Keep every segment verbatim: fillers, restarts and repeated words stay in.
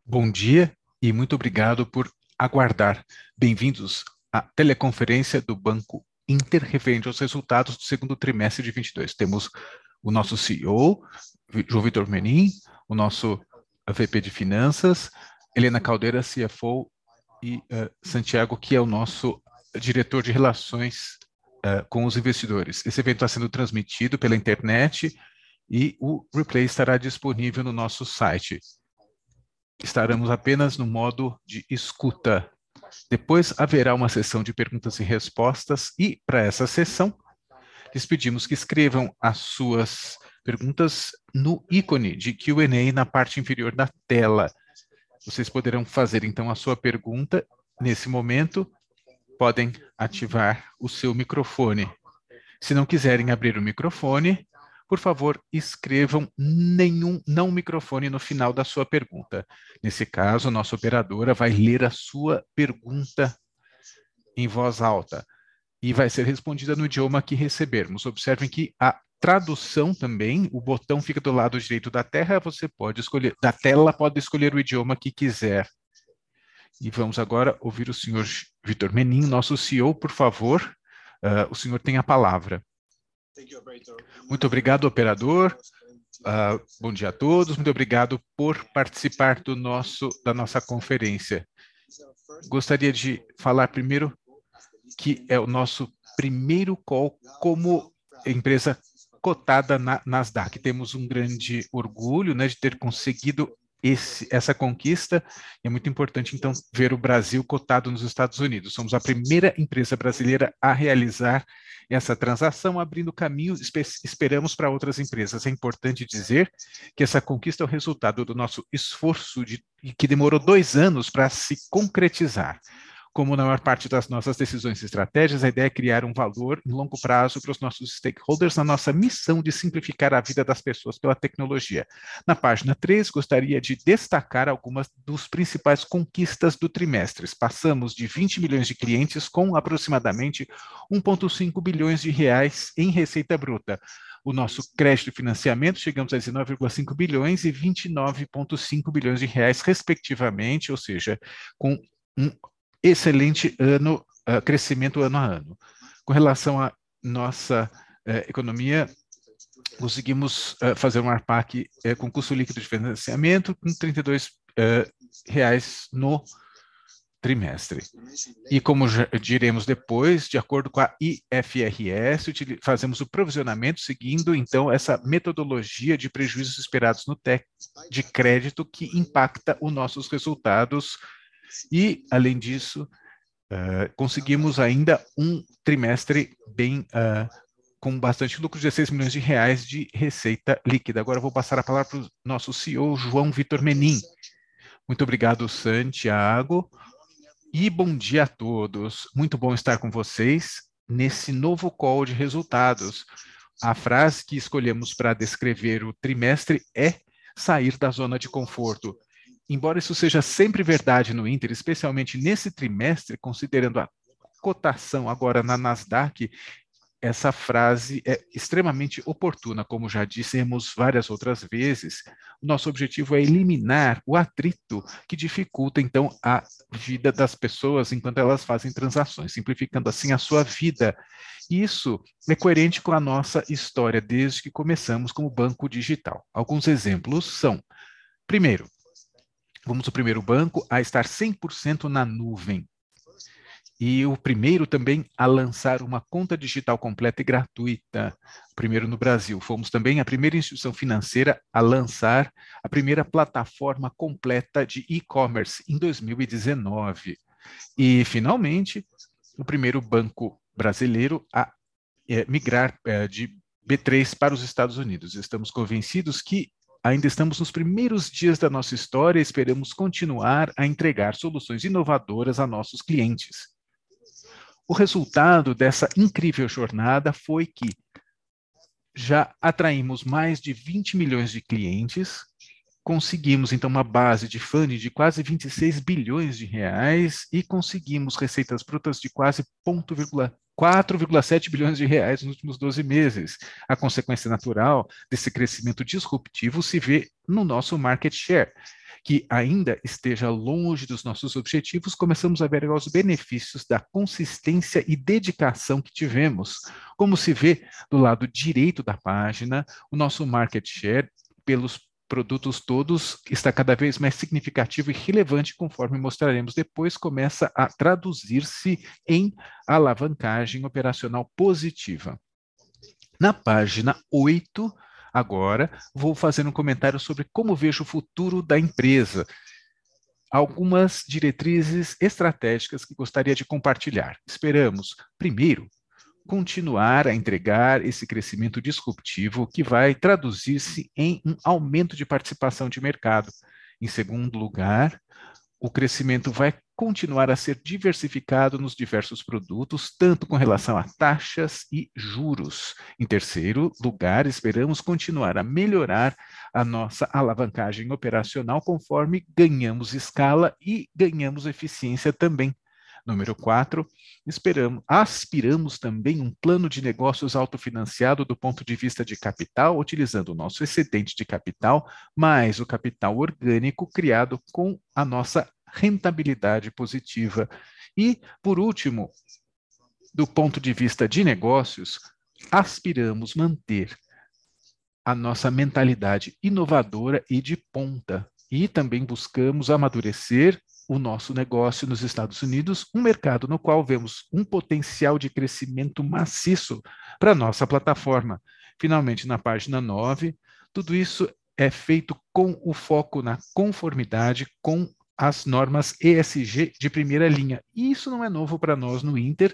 Bom dia e muito obrigado por aguardar. Bem-vindos à teleconferência do Banco Inter referente aos resultados do segundo trimestre de vinte e dois. Temos o nosso C E O, João Vitor Menin, o nosso V P de Finanças, Helena Caldeira, C F O, e uh, Santiago, que é o nosso diretor de relações uh, com os investidores. Esse evento está sendo transmitido pela internet e o replay estará disponível no nosso site. Estaremos apenas no modo de escuta. Depois haverá uma sessão de perguntas e respostas e, para essa sessão, lhes pedimos que escrevam as suas perguntas no ícone de Q and A na parte inferior da tela. Vocês poderão fazer, então, a sua pergunta. Nesse momento, podem ativar o seu microfone. Se não quiserem abrir o microfone, por favor, escrevam nenhum não microfone no final da sua pergunta. Nesse caso, a nossa operadora vai ler a sua pergunta em voz alta e vai ser respondida no idioma que recebermos. Observem que a tradução também, o botão fica do lado direito da tela, você pode escolher, da tela pode escolher o idioma que quiser. E vamos agora ouvir o senhor Vitor Menin, nosso C E O, por favor. Uh, o senhor tem a palavra. Muito obrigado, operador. Uh, bom dia a todos. Muito obrigado por participar do nosso, da nossa conferência. Gostaria de falar primeiro que é o nosso primeiro call como empresa cotada na Nasdaq. Temos um grande orgulho, né, de ter conseguido esse, essa conquista. É muito importante, então, ver o Brasil cotado nos Estados Unidos. Somos a primeira empresa brasileira a realizar essa transação, abrindo caminho, esperamos, para outras empresas. É importante dizer que essa conquista é o resultado do nosso esforço, de, que demorou dois anos para se concretizar. Como na maior parte das nossas decisões e estratégias, a ideia é criar um valor em longo prazo para os nossos stakeholders na nossa missão de simplificar a vida das pessoas pela tecnologia. Na página três, gostaria de destacar algumas dos principais conquistas do trimestre. Passamos de vinte milhões de clientes com aproximadamente um vírgula cinco bilhões de reais em receita bruta. O nosso crédito e financiamento, chegamos a dezenove vírgula cinco bilhões e vinte e nove vírgula cinco bilhões de reais, respectivamente, ou seja, com um excelente ano, uh, crescimento ano a ano. Com relação à nossa uh, economia, conseguimos uh, fazer um ARPAC uh, com custo líquido de financiamento com trinta e dois uh, reais no trimestre. E como já diremos depois, de acordo com a I F R S, fazemos o provisionamento seguindo, então, essa metodologia de prejuízos esperados no T E C de crédito que impacta os nossos resultados. E, além disso, uh, conseguimos ainda um trimestre bem, uh, com bastante lucro, dezesseis milhões de reais de receita líquida. Agora eu vou passar a palavra para o nosso C E O, João Vitor Menin. Muito obrigado, Santiago. E bom dia a todos. Muito bom estar com vocês nesse novo call de resultados. A frase que escolhemos para descrever o trimestre é sair da zona de conforto. Embora isso seja sempre verdade no Inter, especialmente nesse trimestre, considerando a cotação agora na Nasdaq, essa frase é extremamente oportuna, como já dissemos várias outras vezes. O nosso objetivo é eliminar o atrito que dificulta, então, a vida das pessoas enquanto elas fazem transações, simplificando assim a sua vida. Isso é coerente com a nossa história desde que começamos como banco digital. Alguns exemplos são, primeiro, fomos o primeiro banco a estar cem por cento na nuvem. E o primeiro também a lançar uma conta digital completa e gratuita, primeiro no Brasil. Fomos também a primeira instituição financeira a lançar a primeira plataforma completa de e-commerce em dois mil e dezenove. E, finalmente, o primeiro banco brasileiro a é, migrar é, de B três para os Estados Unidos. Estamos convencidos que ainda estamos nos primeiros dias da nossa história e esperamos continuar a entregar soluções inovadoras a nossos clientes. O resultado dessa incrível jornada foi que já atraímos mais de vinte milhões de clientes, conseguimos, então, uma base de funding de quase vinte e seis bilhões de reais e conseguimos receitas brutas de quase quatro vírgula sete bilhões de reais nos últimos doze meses. A consequência natural desse crescimento disruptivo se vê no nosso market share, que ainda esteja longe dos nossos objetivos, começamos a ver os benefícios da consistência e dedicação que tivemos. Como se vê do lado direito da página, o nosso market share pelos produtos todos está cada vez mais significativo e relevante, conforme mostraremos depois, começa a traduzir-se em alavancagem operacional positiva. Na página oito, agora, vou fazer um comentário sobre como vejo o futuro da empresa. Algumas diretrizes estratégicas que gostaria de compartilhar. Esperamos, primeiro, continuar a entregar esse crescimento disruptivo que vai traduzir-se em um aumento de participação de mercado. Em segundo lugar, o crescimento vai continuar a ser diversificado nos diversos produtos, tanto com relação a taxas e juros. Em terceiro lugar, esperamos continuar a melhorar a nossa alavancagem operacional conforme ganhamos escala e ganhamos eficiência também. Número quatro, esperamos, aspiramos também um plano de negócios autofinanciado do ponto de vista de capital, utilizando o nosso excedente de capital, mais o capital orgânico criado com a nossa rentabilidade positiva. E, por último, do ponto de vista de negócios, aspiramos manter a nossa mentalidade inovadora e de ponta. E também buscamos amadurecer o nosso negócio nos Estados Unidos, um mercado no qual vemos um potencial de crescimento maciço para a nossa plataforma. Finalmente, na página nove, tudo isso é feito com o foco na conformidade com as normas E S G de primeira linha. E isso não é novo para nós no Inter,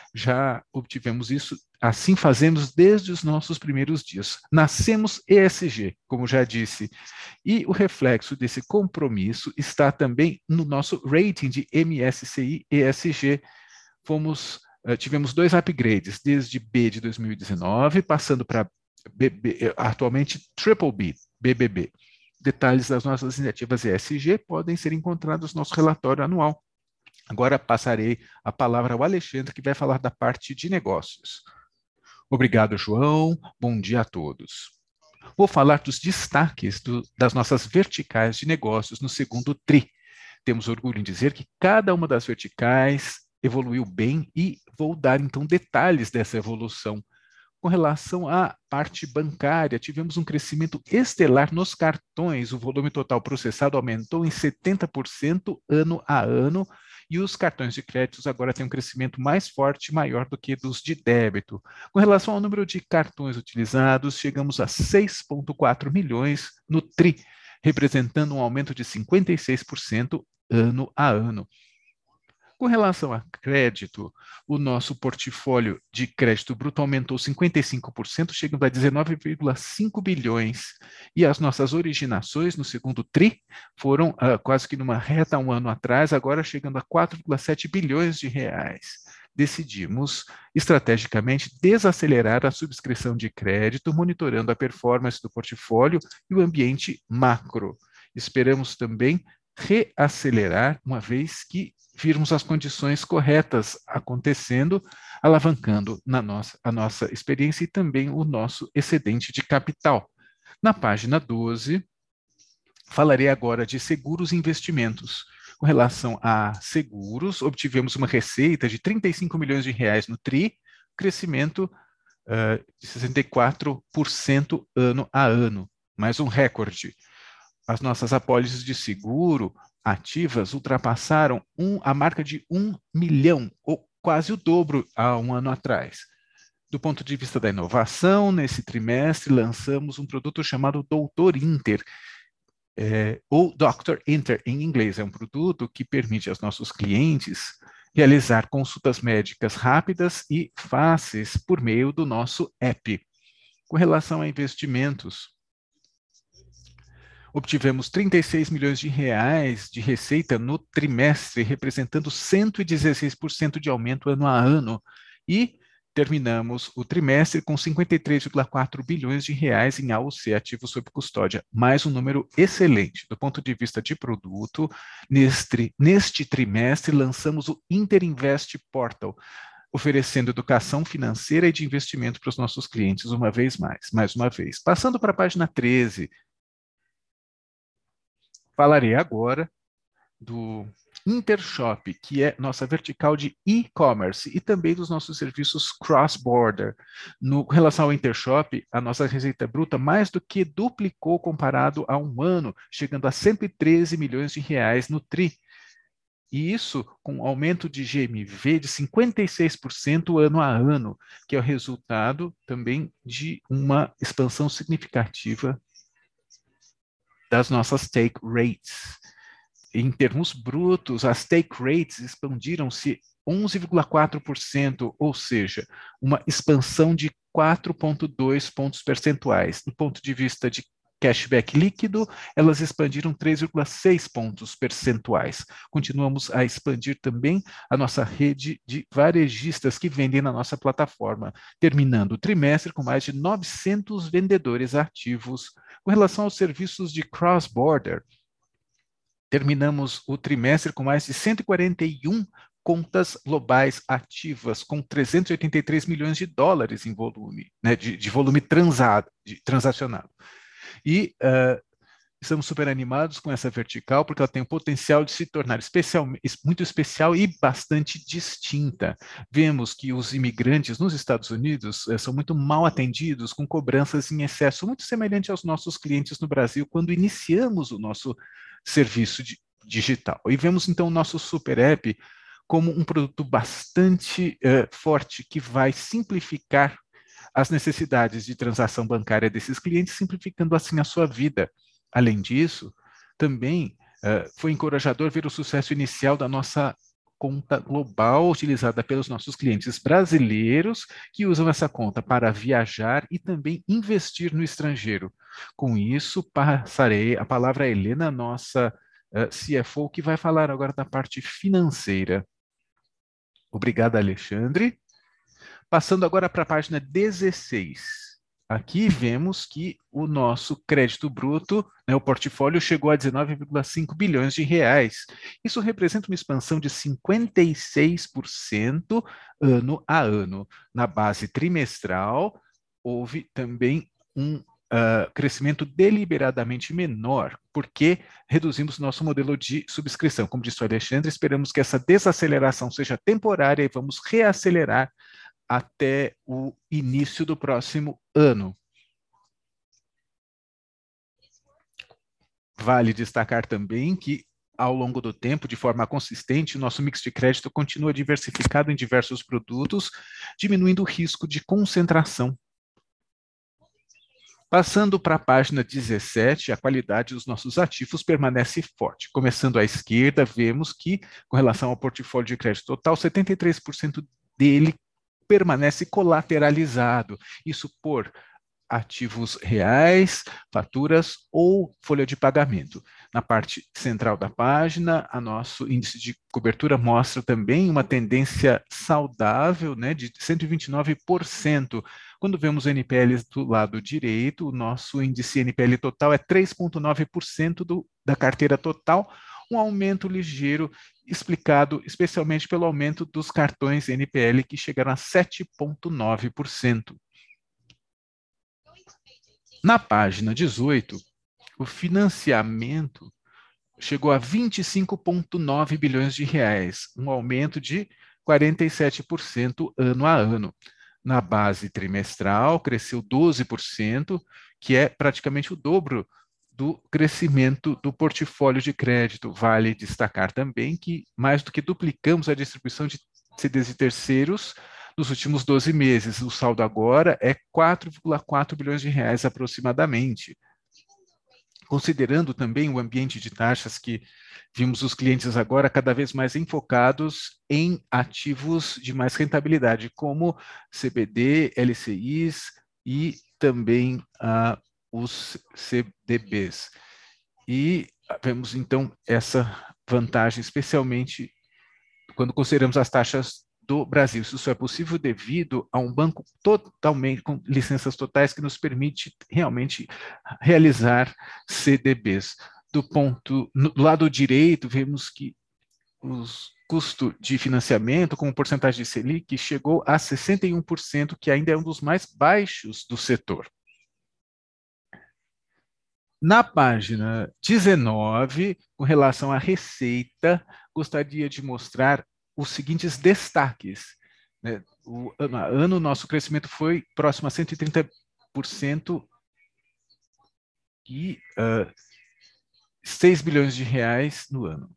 já obtivemos isso, assim fazemos desde os nossos primeiros dias. Nascemos E S G, como já disse, e o reflexo desse compromisso está também no nosso rating de M S C I E S G. Fomos, uh, tivemos dois upgrades, desde B de dois mil e dezenove, passando para B B, atualmente Triple B, B B B. Detalhes das nossas iniciativas E S G podem ser encontrados no nosso relatório anual. Agora passarei a palavra ao Alexandre, que vai falar da parte de negócios. Obrigado, João. Bom dia a todos. Vou falar dos destaques do, das nossas verticais de negócios no segundo tri. Temos orgulho em dizer que cada uma das verticais evoluiu bem e vou dar, então, detalhes dessa evolução. Com relação à parte bancária, tivemos um crescimento estelar nos cartões. O volume total processado aumentou em setenta por cento ano a ano e os cartões de créditos agora têm um crescimento mais forte, maior do que dos de débito. Com relação ao número de cartões utilizados, chegamos a seis vírgula quatro milhões no tri, representando um aumento de cinquenta e seis por cento ano a ano. Com relação a crédito, o nosso portfólio de crédito bruto aumentou cinquenta e cinco por cento, chegando a dezenove vírgula cinco bilhões. E as nossas originações no segundo tri foram uh, quase que numa reta um ano atrás, agora chegando a quatro vírgula sete bilhões de reais. Decidimos, estrategicamente, desacelerar a subscrição de crédito, monitorando a performance do portfólio e o ambiente macro. Esperamos também reacelerar, uma vez que virmos as condições corretas acontecendo, alavancando na nossa, a nossa experiência e também o nosso excedente de capital. Na página doze, falarei agora de seguros e investimentos. Com relação a seguros, obtivemos uma receita de trinta e cinco milhões de reais no tri, crescimento uh, de sessenta e quatro por cento ano a ano, mais um recorde. As nossas apólices de seguro ativas ultrapassaram um, a marca de um milhão, ou quase o dobro há um ano atrás. Do ponto de vista da inovação, nesse trimestre lançamos um produto chamado Doutor Inter, é, ou doutor Inter em inglês. É um produto que permite aos nossos clientes realizar consultas médicas rápidas e fáceis por meio do nosso app. Com relação a investimentos, obtivemos trinta e seis milhões de reais de receita no trimestre, representando cento e dezesseis por cento de aumento ano a ano. E terminamos o trimestre com cinquenta e três vírgula quatro bilhões de reais em A U C, ativos sob custódia. Mais um número excelente. Do ponto de vista de produto, neste, neste trimestre lançamos o Interinvest Portal, oferecendo educação financeira e de investimento para os nossos clientes, uma vez mais, mais uma vez. Passando para a página treze, Falarei agora do Intershop, que é nossa vertical de e-commerce, e também dos nossos serviços cross-border. No com relação ao Intershop, a nossa receita bruta mais do que duplicou comparado a um ano, chegando a cento e treze milhões de reais no tri. E isso com um aumento de G M V de cinquenta e seis por cento ano a ano, que é o resultado também de uma expansão significativa das nossas take rates. Em termos brutos, as take rates expandiram-se onze vírgula quatro por cento, ou seja, uma expansão de quatro vírgula dois pontos percentuais. Do ponto de vista de cashback líquido, elas expandiram três vírgula seis pontos percentuais. Continuamos a expandir também a nossa rede de varejistas que vendem na nossa plataforma, terminando o trimestre com mais de novecentos vendedores ativos. Com relação aos serviços de cross-border, terminamos o trimestre com mais de cento e quarenta e um contas globais ativas, com trezentos e oitenta e três milhões de dólares em volume, né, de, de volume transado, de, transacionado. E uh, estamos super animados com essa vertical, porque ela tem o potencial de se tornar especial, muito especial e bastante distinta. Vemos que os imigrantes nos Estados Unidos uh, são muito mal atendidos, com cobranças em excesso, muito semelhante aos nossos clientes no Brasil, quando iniciamos o nosso serviço de, digital. E vemos, então, o nosso super app como um produto bastante uh, forte, que vai simplificar as necessidades de transação bancária desses clientes, simplificando assim a sua vida. Além disso, também uh, foi encorajador ver o sucesso inicial da nossa conta global utilizada pelos nossos clientes brasileiros que usam essa conta para viajar e também investir no estrangeiro. Com isso, passarei a palavra a Helena, nossa uh, C F O, que vai falar agora da parte financeira. Obrigado, Alexandre. Passando agora para a página dezesseis. Aqui vemos que o nosso crédito bruto, né, o portfólio, chegou a dezenove vírgula cinco bilhões de reais. Isso representa uma expansão de cinquenta e seis por cento ano a ano. Na base trimestral, houve também um uh, crescimento deliberadamente menor, porque reduzimos nosso modelo de subscrição. Como disse o Alexandre, esperamos que essa desaceleração seja temporária e vamos reacelerar até o início do próximo ano. Vale destacar também que, ao longo do tempo, de forma consistente, o nosso mix de crédito continua diversificado em diversos produtos, diminuindo o risco de concentração. Passando para a página dezessete, a qualidade dos nossos ativos permanece forte. Começando à esquerda, vemos que, com relação ao portfólio de crédito total, setenta e três por cento dele permanece colateralizado, isso por ativos reais, faturas ou folha de pagamento. Na parte central da página, a nosso índice de cobertura mostra também uma tendência saudável, né, de cento e vinte e nove por cento. Quando vemos N P Ls do lado direito, o nosso índice N P L total é três vírgula nove por cento do, da carteira total, um aumento ligeiro explicado especialmente pelo aumento dos cartões N P L, que chegaram a sete vírgula nove por cento. Na página dezoito, o financiamento chegou a vinte e cinco vírgula nove bilhões de reais, um aumento de quarenta e sete por cento ano a ano. Na base trimestral, cresceu doze por cento, que é praticamente o dobro do crescimento do portfólio de crédito. Vale destacar também que mais do que duplicamos a distribuição de C Ds e terceiros nos últimos doze meses. O saldo agora é quatro vírgula quatro bilhões de reais aproximadamente. Considerando também o ambiente de taxas que vimos os clientes agora cada vez mais enfocados em ativos de mais rentabilidade, como C B D, L C Is e também uh, os C D Bs. E vemos, então, essa vantagem, especialmente quando consideramos as taxas do Brasil. Isso só é possível devido a um banco totalmente com licenças totais que nos permite realmente realizar C D Bs. Do ponto, no lado direito, vemos que os custo de financiamento, como porcentagem de Selic, chegou a sessenta e um por cento, que ainda é um dos mais baixos do setor. Na página dezenove, com relação à receita, gostaria de mostrar os seguintes destaques, né? O ano a ano, nosso crescimento foi próximo a cento e trinta por cento e uh, seis bilhões de reais no ano.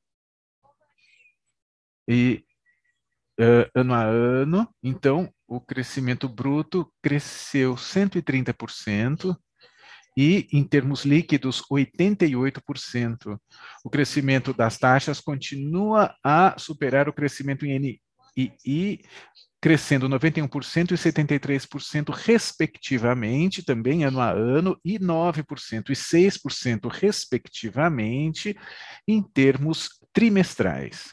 E uh, ano a ano, então, o crescimento bruto cresceu cento e trinta por cento e, em termos líquidos, oitenta e oito por cento. O crescimento das taxas continua a superar o crescimento em N I I, crescendo noventa e um por cento e setenta e três por cento, respectivamente, também ano a ano, e nove por cento e seis por cento, respectivamente, em termos trimestrais.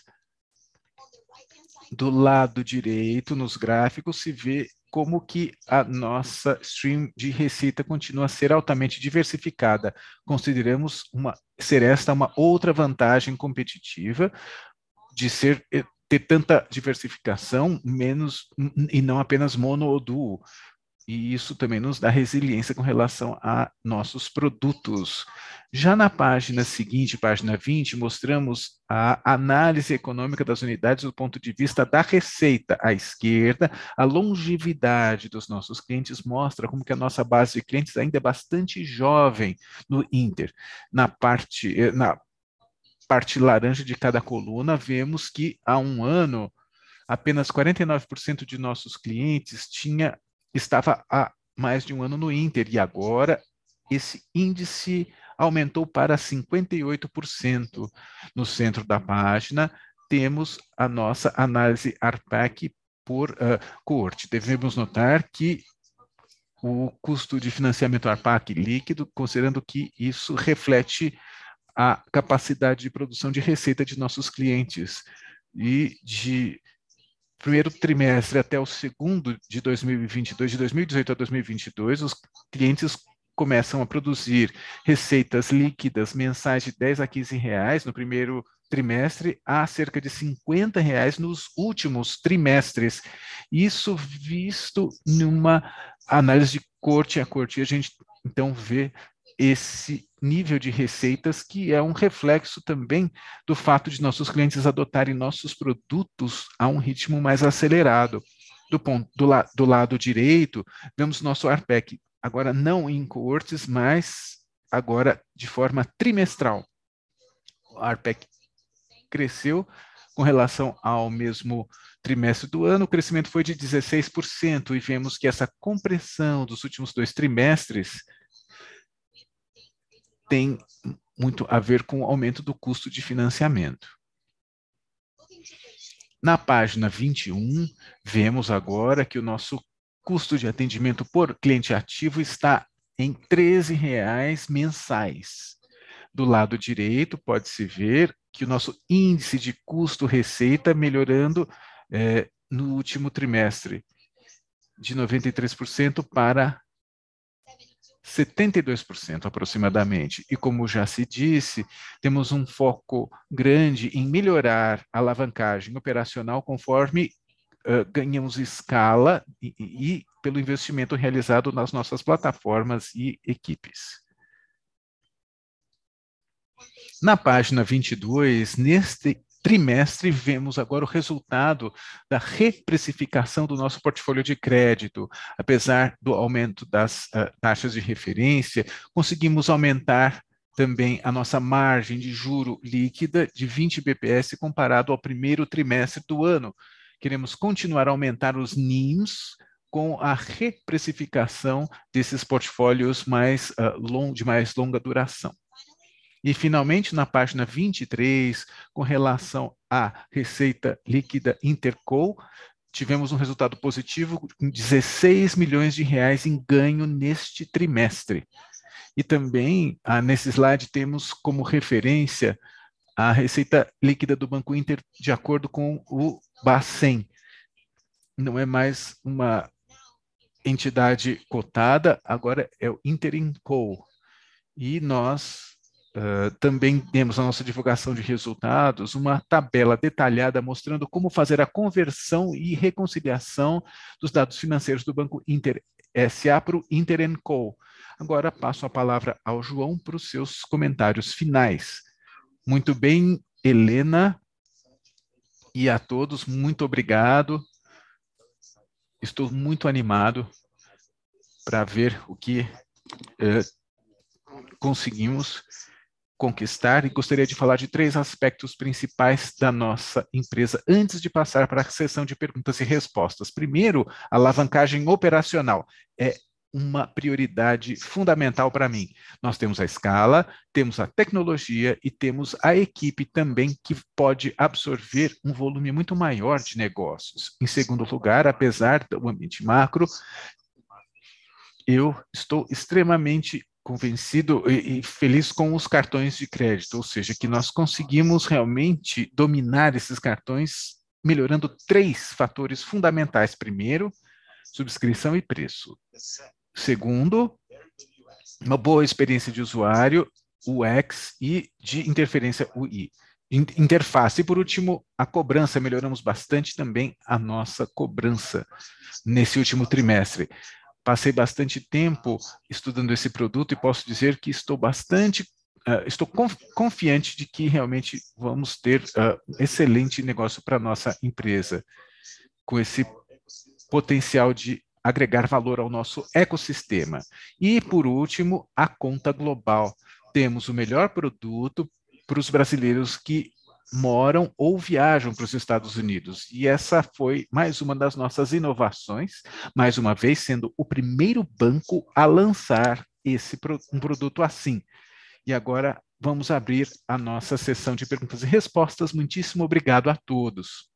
Do lado direito, nos gráficos, se vê como que a nossa stream de receita continua a ser altamente diversificada. Consideramos uma, ser esta uma outra vantagem competitiva de ser ter tanta diversificação, menos e não apenas mono ou duo. E isso também nos dá resiliência com relação a nossos produtos. Já na página seguinte, página vinte, mostramos a análise econômica das unidades do ponto de vista da receita. À esquerda, a longevidade dos nossos clientes mostra como que a nossa base de clientes ainda é bastante jovem no Inter. Na parte, na parte laranja de cada coluna, vemos que há um ano, apenas quarenta e nove por cento de nossos clientes tinha, estava há mais de um ano no Inter, e agora esse índice aumentou para cinquenta e oito por cento. No centro da página, temos a nossa análise A R P A C por uh, coorte. Devemos notar que o custo de financiamento A R P A C líquido, considerando que isso reflete a capacidade de produção de receita de nossos clientes. E de primeiro trimestre até o segundo de dois mil e vinte e dois, de dois mil e dezoito a dois mil e vinte e dois, os clientes começam a produzir receitas líquidas mensais de dez a quinze reais no primeiro trimestre, a cerca de cinquenta reais nos últimos trimestres. Isso visto numa análise de corte a corte, a gente então vê esse nível de receitas, que é um reflexo também do fato de nossos clientes adotarem nossos produtos a um ritmo mais acelerado. Do, ponto, do, la, do lado direito, vemos nosso A R P A C, agora não em coortes, mas agora de forma trimestral. O A R P A C cresceu com relação ao mesmo trimestre do ano, o crescimento foi de dezesseis por cento, e vemos que essa compressão dos últimos dois trimestres tem muito a ver com o aumento do custo de financiamento. Na página vinte e um, vemos agora que o nosso custo de atendimento por cliente ativo está em treze reais mensais. Do lado direito, pode-se ver que o nosso índice de custo-receita melhorando é, no último trimestre, de noventa e três por cento para setenta e dois por cento aproximadamente. E como já se disse, temos um foco grande em melhorar a alavancagem operacional conforme uh, ganhamos escala e, e pelo investimento realizado nas nossas plataformas e equipes. Na página vinte e dois, neste trimestre, vemos agora o resultado da reprecificação do nosso portfólio de crédito. Apesar do aumento das uh, taxas de referência, conseguimos aumentar também a nossa margem de juro líquida de vinte B P S comparado ao primeiro trimestre do ano. Queremos continuar a aumentar os N I Ms com a reprecificação desses portfólios mais, uh, long, de mais longa duração. E, finalmente, na página vinte e três, com relação à receita líquida Interco, tivemos um resultado positivo com dezesseis milhões de reais em ganho neste trimestre. E também, ah, nesse slide, temos como referência a receita líquida do Banco Inter de acordo com o Bacen. Não é mais uma entidade cotada, agora é o Interinco. E nós Uh, também temos na nossa divulgação de resultados uma tabela detalhada mostrando como fazer a conversão e reconciliação dos dados financeiros do Banco Inter S A para o Interinco. Agora passo a palavra ao João para os seus comentários finais. Muito bem, Helena, e a todos, muito obrigado. Estou muito animado para ver o que eh, conseguimos conquistar e gostaria de falar de três aspectos principais da nossa empresa antes de passar para a sessão de perguntas e respostas. Primeiro, a alavancagem operacional é uma prioridade fundamental para mim. Nós temos a escala, temos a tecnologia e temos a equipe também que pode absorver um volume muito maior de negócios. Em segundo lugar, apesar do ambiente macro, eu estou extremamente convencido e, e feliz com os cartões de crédito, ou seja, que nós conseguimos realmente dominar esses cartões, melhorando três fatores fundamentais. Primeiro, subscrição e preço. Segundo, uma boa experiência de usuário, U X e de interferência U I. Interface. E, por último, a cobrança. Melhoramos bastante também a nossa cobrança nesse último trimestre. Passei bastante tempo estudando esse produto e posso dizer que estou bastante, uh, estou confiante de que realmente vamos ter uh, um excelente negócio para a nossa empresa, com esse potencial de agregar valor ao nosso ecossistema. E, por último, a conta global. Temos o melhor produto para os brasileiros que moram ou viajam para os Estados Unidos. E essa foi mais uma das nossas inovações, mais uma vez sendo o primeiro banco a lançar esse um produto assim. E agora vamos abrir a nossa sessão de perguntas e respostas. Muitíssimo obrigado a todos.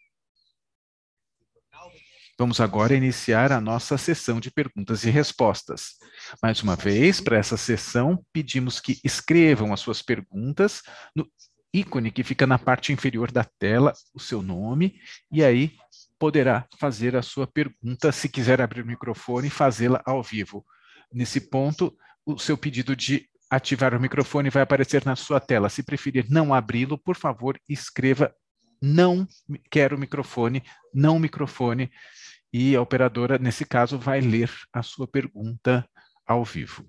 Vamos agora iniciar a nossa sessão de perguntas e respostas. Mais uma vez, para essa sessão, pedimos que escrevam as suas perguntas no ícone que fica na parte inferior da tela, o seu nome, e aí poderá fazer a sua pergunta, se quiser abrir o microfone e fazê-la ao vivo. Nesse ponto, o seu pedido de ativar o microfone vai aparecer na sua tela. Se preferir não abri-lo, por favor, escreva não quero microfone, não microfone, e a operadora, nesse caso, vai ler a sua pergunta ao vivo.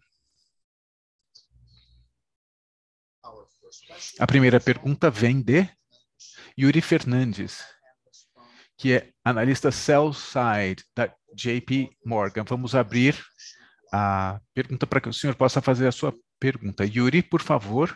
A primeira pergunta vem de Yuri Fernandes, que é analista sell-side da J P Morgan. Vamos abrir a pergunta para que o senhor possa fazer a sua pergunta. Yuri, por favor.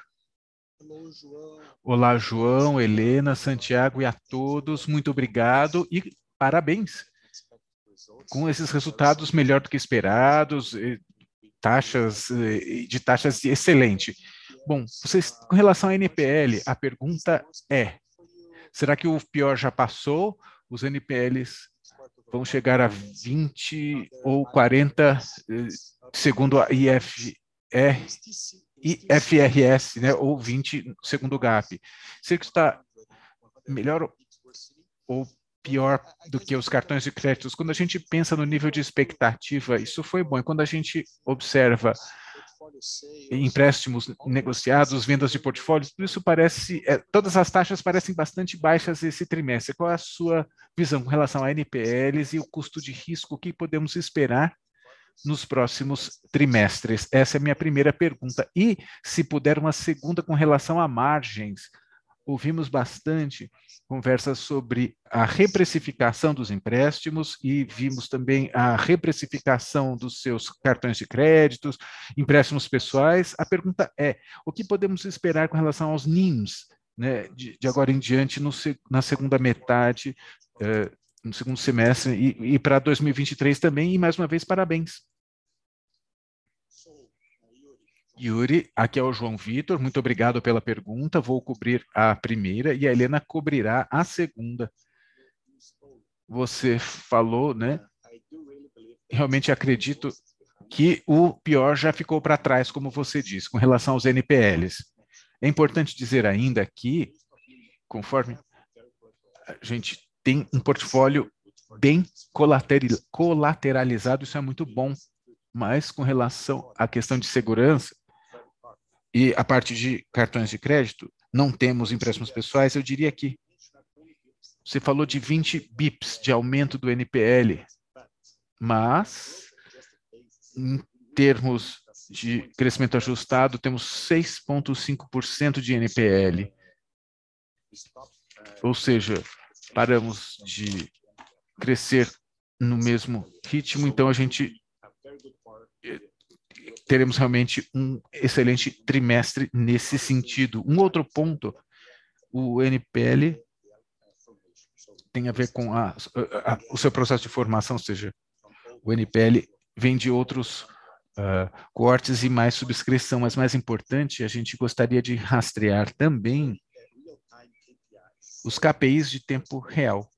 Olá, João, Helena, Santiago e a todos. Muito obrigado e parabéns. Com esses resultados melhor do que esperados, taxas de taxas excelente. Bom, vocês, com relação à N P L, a pergunta é: será que o pior já passou? Os N P Ls vão chegar a vinte ou quarenta, segundo a I F R, I F R S, né, ou vinte segundo o G A P. Será que está melhor ou pior do que os cartões de créditos? Quando a gente pensa no nível de expectativa, isso foi bom. E quando a gente observa empréstimos negociados, vendas de portfólios, tudo isso parece, é, todas as taxas parecem bastante baixas esse trimestre. Qual é a sua visão com relação a N P Ls e o custo de risco? O que podemos esperar nos próximos trimestres? Essa é a minha primeira pergunta. E, se puder, uma segunda com relação a margens. Ouvimos bastante conversas sobre a reprecificação dos empréstimos e vimos também a reprecificação dos seus cartões de créditos, empréstimos pessoais. A pergunta é: o que podemos esperar com relação aos N I Ms, né, de, de agora em diante, no, na segunda metade, eh, no segundo semestre e, e para dois mil e vinte e três também? E, mais uma vez, parabéns. Yuri, aqui é o João Vitor, muito obrigado pela pergunta. Vou cobrir a primeira e a Helena cobrirá a segunda. Você falou, né? Realmente acredito que o pior já ficou para trás, como você disse, com relação aos N P Ls. É importante dizer ainda que, conforme a gente tem um portfólio bem colateralizado, isso é muito bom, mas com relação à questão de segurança, e a parte de cartões de crédito, não temos empréstimos pessoais, eu diria que você falou de vinte bips de aumento do N P L, mas em termos de crescimento ajustado, temos seis vírgula cinco por cento de N P L. Ou seja, paramos de crescer no mesmo ritmo, então a gente teremos realmente um excelente trimestre nesse sentido. Um outro ponto, o N P L tem a ver com a, a, a, o seu processo de formação, ou seja, o N P L vem de outros uh, cortes e mais subscrição, mas mais importante, a gente gostaria de rastrear também os K P Is de tempo real,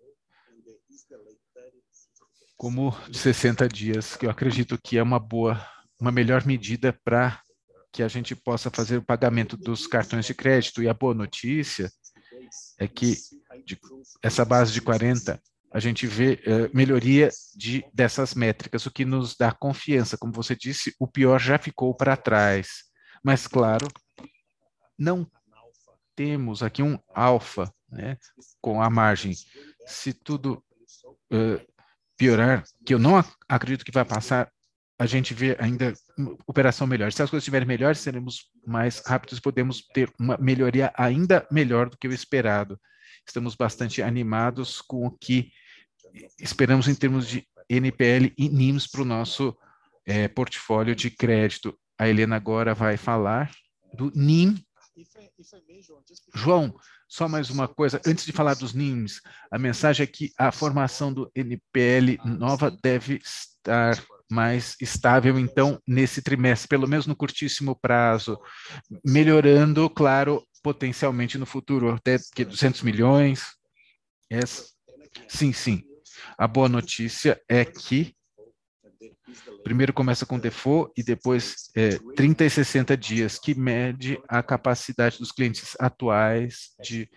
como de sessenta dias, que eu acredito que é uma boa, uma melhor medida para que a gente possa fazer o pagamento dos cartões de crédito. E a boa notícia é que de, essa base de quarenta, a gente vê uh, melhoria de, dessas métricas, o que nos dá confiança. Como você disse, o pior já ficou para trás. Mas, claro, não temos aqui um alfa, né, com a margem. Se tudo uh, piorar, que eu não ac acredito que vai passar, a gente vê ainda uma operação melhor. Se as coisas estiverem melhores, seremos mais rápidos, podemos ter uma melhoria ainda melhor do que o esperado. Estamos bastante animados com o que esperamos em termos de N P L e N I Ms para o nosso é, portfólio de crédito. A Helena agora vai falar do N I M. João, só mais uma coisa, antes de falar dos N I Ms, a mensagem é que a formação do N P L nova deve estar mais estável, então, nesse trimestre, pelo menos no curtíssimo prazo, melhorando, claro, potencialmente no futuro, até que duzentos milhões. Yes. Sim, sim. A boa notícia é que primeiro começa com default e depois é, trinta e sessenta dias, que mede a capacidade dos clientes atuais de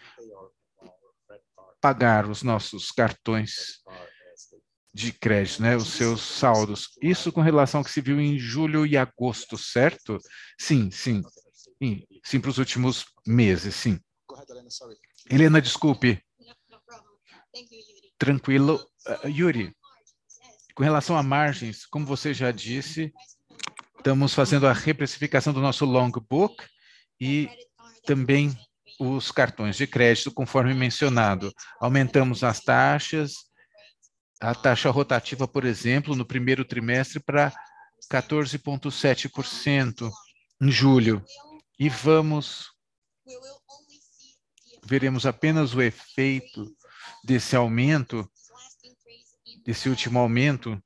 pagar os nossos cartões de crédito, né, os seus saldos. Isso com relação ao que se viu em julho e agosto, certo? Sim, sim. Sim, sim para os últimos meses, sim. Helena, desculpe. Tranquilo. Uh, Yuri, com relação a margens, como você já disse, estamos fazendo a reprecificação do nosso long book e também os cartões de crédito, conforme mencionado. Aumentamos as taxas, a taxa rotativa, por exemplo, no primeiro trimestre para quatorze vírgula sete por cento em julho. E vamos, veremos apenas o efeito desse aumento, desse último aumento,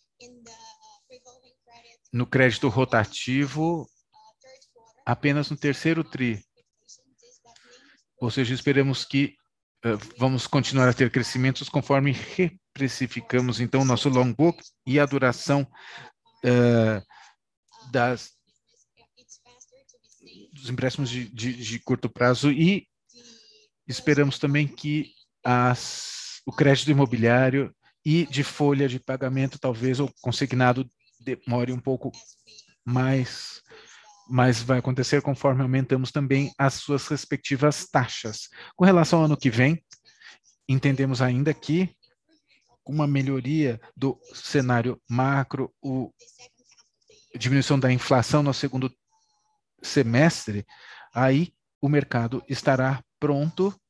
no crédito rotativo, apenas no terceiro tri. Ou seja, esperamos que uh, vamos continuar a ter crescimentos conforme reprecificamos, então, o nosso long book e a duração uh, das, dos empréstimos de, de, de curto prazo e esperamos também que as, o crédito imobiliário e de folha de pagamento, talvez, o consignado demore um pouco mais, mas vai acontecer conforme aumentamos também as suas respectivas taxas. Com relação ao ano que vem, entendemos ainda que com uma melhoria do cenário macro, o, a diminuição da inflação no segundo semestre, aí o mercado estará pronto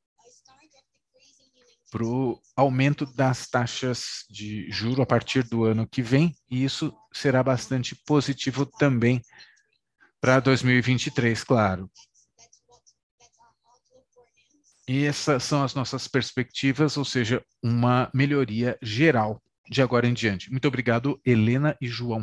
para o aumento das taxas de juro a partir do ano que vem, e isso será bastante positivo também para dois mil e vinte e três, claro. E essas são as nossas perspectivas, ou seja, uma melhoria geral de agora em diante. Muito obrigado, Helena e João.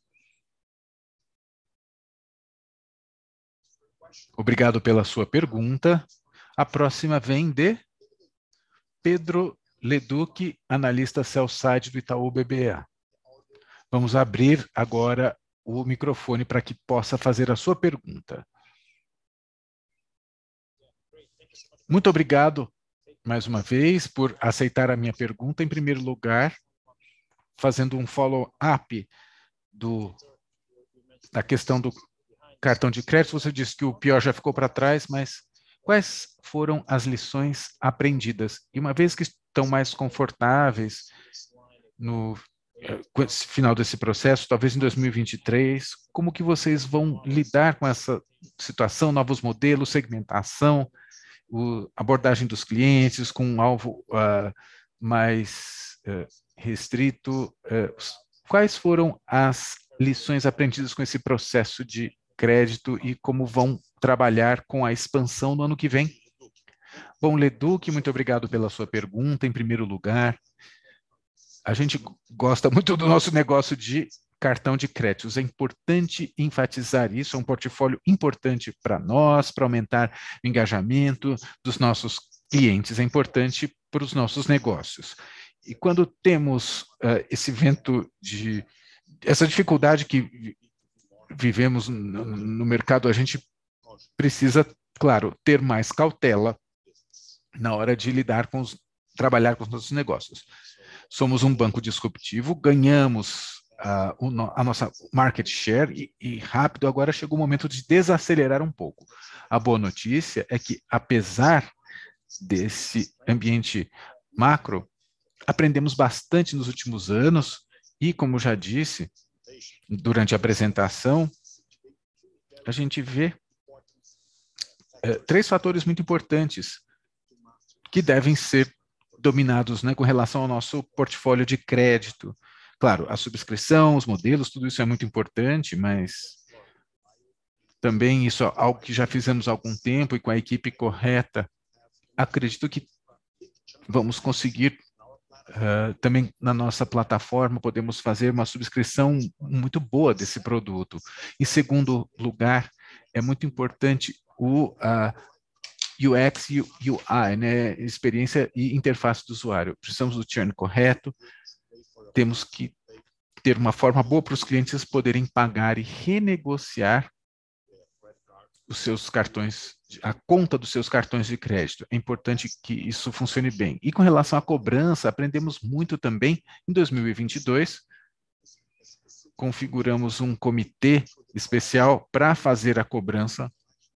Obrigado pela sua pergunta. A próxima vem de Pedro Leduc, analista sell-side do Itaú B B A. Vamos abrir agora o microfone para que possa fazer a sua pergunta. Muito obrigado, mais uma vez, por aceitar a minha pergunta. Em primeiro lugar, fazendo um follow-up da questão do cartão de crédito, você disse que o pior já ficou para trás, mas quais foram as lições aprendidas? E uma vez que estão mais confortáveis no com esse final desse processo, talvez em dois mil e vinte e três, como que vocês vão lidar com essa situação, novos modelos, segmentação, o, abordagem dos clientes com um alvo uh, mais uh, restrito? Uh, quais foram as lições aprendidas com esse processo de crédito e como vão trabalhar com a expansão no ano que vem? Bom, Leduc, muito obrigado pela sua pergunta, em primeiro lugar. A gente gosta muito do nosso negócio de cartão de créditos. É importante enfatizar isso, é um portfólio importante para nós, para aumentar o engajamento dos nossos clientes, é importante para os nossos negócios. E quando temos uh, esse vento de, essa dificuldade que vivemos no, no mercado, a gente precisa, claro, ter mais cautela na hora de lidar com os, trabalhar com os nossos negócios. Somos um banco disruptivo, ganhamos uh, o, a nossa market share e, e rápido agora chegou o momento de desacelerar um pouco. A boa notícia é que, apesar desse ambiente macro, aprendemos bastante nos últimos anos e, como já disse, durante a apresentação, a gente vê uh, três fatores muito importantes que devem ser dominados, né, com relação ao nosso portfólio de crédito. Claro, a subscrição, os modelos, tudo isso é muito importante, mas também isso é algo que já fizemos há algum tempo e com a equipe correta, acredito que vamos conseguir uh, também na nossa plataforma, podemos fazer uma subscrição muito boa desse produto. Em segundo lugar, é muito importante o uh, U X e U I, né? Experiência e interface do usuário. Precisamos do churn correto, temos que ter uma forma boa para os clientes poderem pagar e renegociar os seus cartões, a conta dos seus cartões de crédito. É importante que isso funcione bem. E com relação à cobrança, aprendemos muito também em dois mil e vinte e dois, configuramos um comitê especial para fazer a cobrança.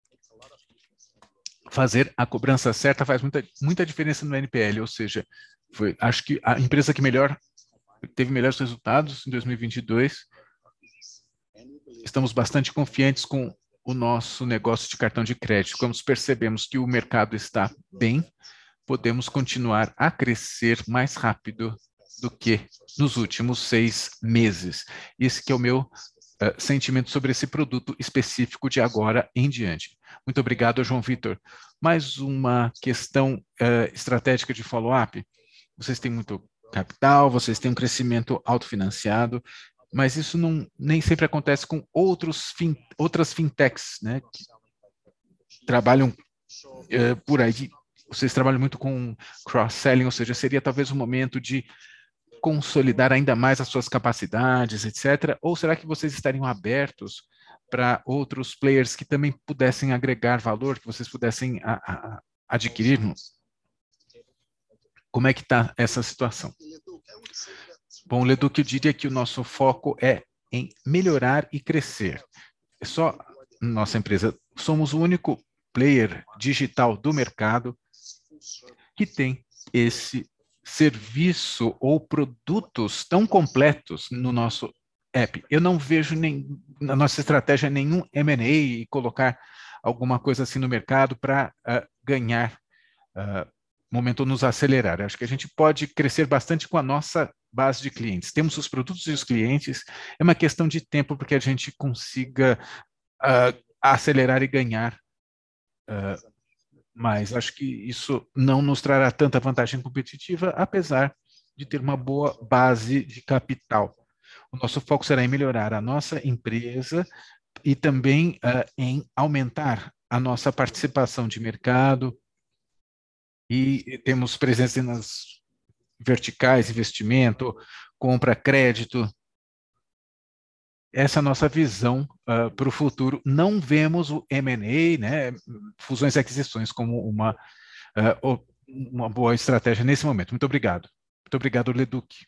Fazer a cobrança certa faz muita, muita diferença no N P L, ou seja, foi, acho que a empresa que melhor teve melhores resultados em dois mil e vinte e dois. Estamos bastante confiantes com o nosso negócio de cartão de crédito. Quando percebemos que o mercado está bem, podemos continuar a crescer mais rápido do que nos últimos seis meses. Esse que é o meu Uh, sentimento sobre esse produto específico de agora em diante. Muito obrigado, João Vitor. Mais uma questão uh, estratégica de follow-up. Vocês têm muito capital, vocês têm um crescimento autofinanciado, mas isso não, nem sempre acontece com outros fin, outras fintechs, né, que trabalham uh, por aí. Vocês trabalham muito com cross-selling, ou seja, seria talvez um momento de consolidar ainda mais as suas capacidades, etcétera? Ou será que vocês estariam abertos para outros players que também pudessem agregar valor, que vocês pudessem a, a, adquirir? Como é que está essa situação? Bom, Leduc, eu diria que o nosso foco é em melhorar e crescer. É só nossa empresa, somos o único player digital do mercado que tem esse serviço ou produtos tão completos no nosso app. Eu não vejo nem, na nossa estratégia nenhum M and A e colocar alguma coisa assim no mercado para uh, ganhar uh, momento ou nos acelerar. Acho que a gente pode crescer bastante com a nossa base de clientes. Temos os produtos e os clientes, é uma questão de tempo porque a gente consiga uh, acelerar e ganhar uh, mas acho que isso não nos trará tanta vantagem competitiva, apesar de ter uma boa base de capital. O nosso foco será em melhorar a nossa empresa e também uh, em aumentar a nossa participação de mercado e temos presença nas verticais, investimento, compra, crédito. Essa é a nossa visão uh, para o futuro. Não vemos o M and A, né, fusões e aquisições, como uma, uh, uma boa estratégia nesse momento. Muito obrigado. Muito obrigado, Leduc.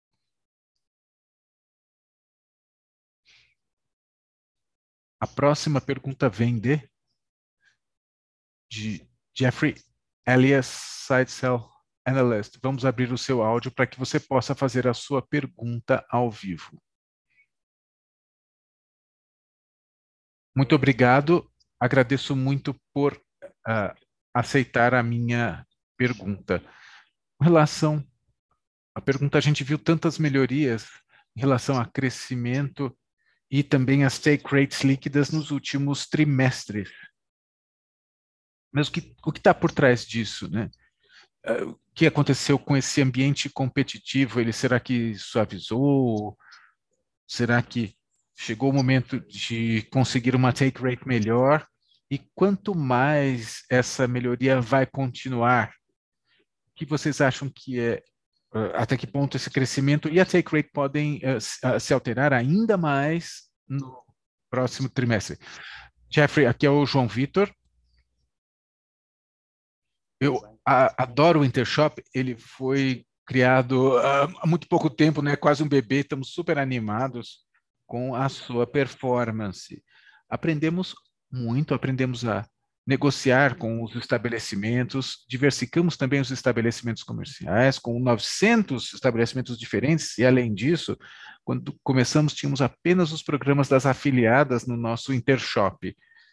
A próxima pergunta vem de, de Jeffrey Elias Sidesell Analyst, vamos abrir o seu áudio para que você possa fazer a sua pergunta ao vivo. Muito obrigado. Agradeço muito por uh, aceitar a minha pergunta. Com relação à pergunta, a gente viu tantas melhorias em relação a crescimento e também as take rates líquidas nos últimos trimestres. Mas o que o que está por trás disso, né? Uh, o que aconteceu com esse ambiente competitivo? Ele será que suavizou? Será que chegou o momento de conseguir uma take rate melhor? E quanto mais essa melhoria vai continuar? O que vocês acham que é, uh, até que ponto esse crescimento e a take rate podem uh, se, uh, se alterar ainda mais no próximo trimestre? Jeffrey, aqui é o João Vitor. Eu a, adoro o Intershop, ele foi criado uh, há muito pouco tempo, né? Quase um bebê, estamos super animados com a sua performance. Aprendemos muito, aprendemos a negociar com os estabelecimentos, diversificamos também os estabelecimentos comerciais, com novecentos estabelecimentos diferentes, e além disso, quando começamos, tínhamos apenas os programas das afiliadas no nosso Intershop.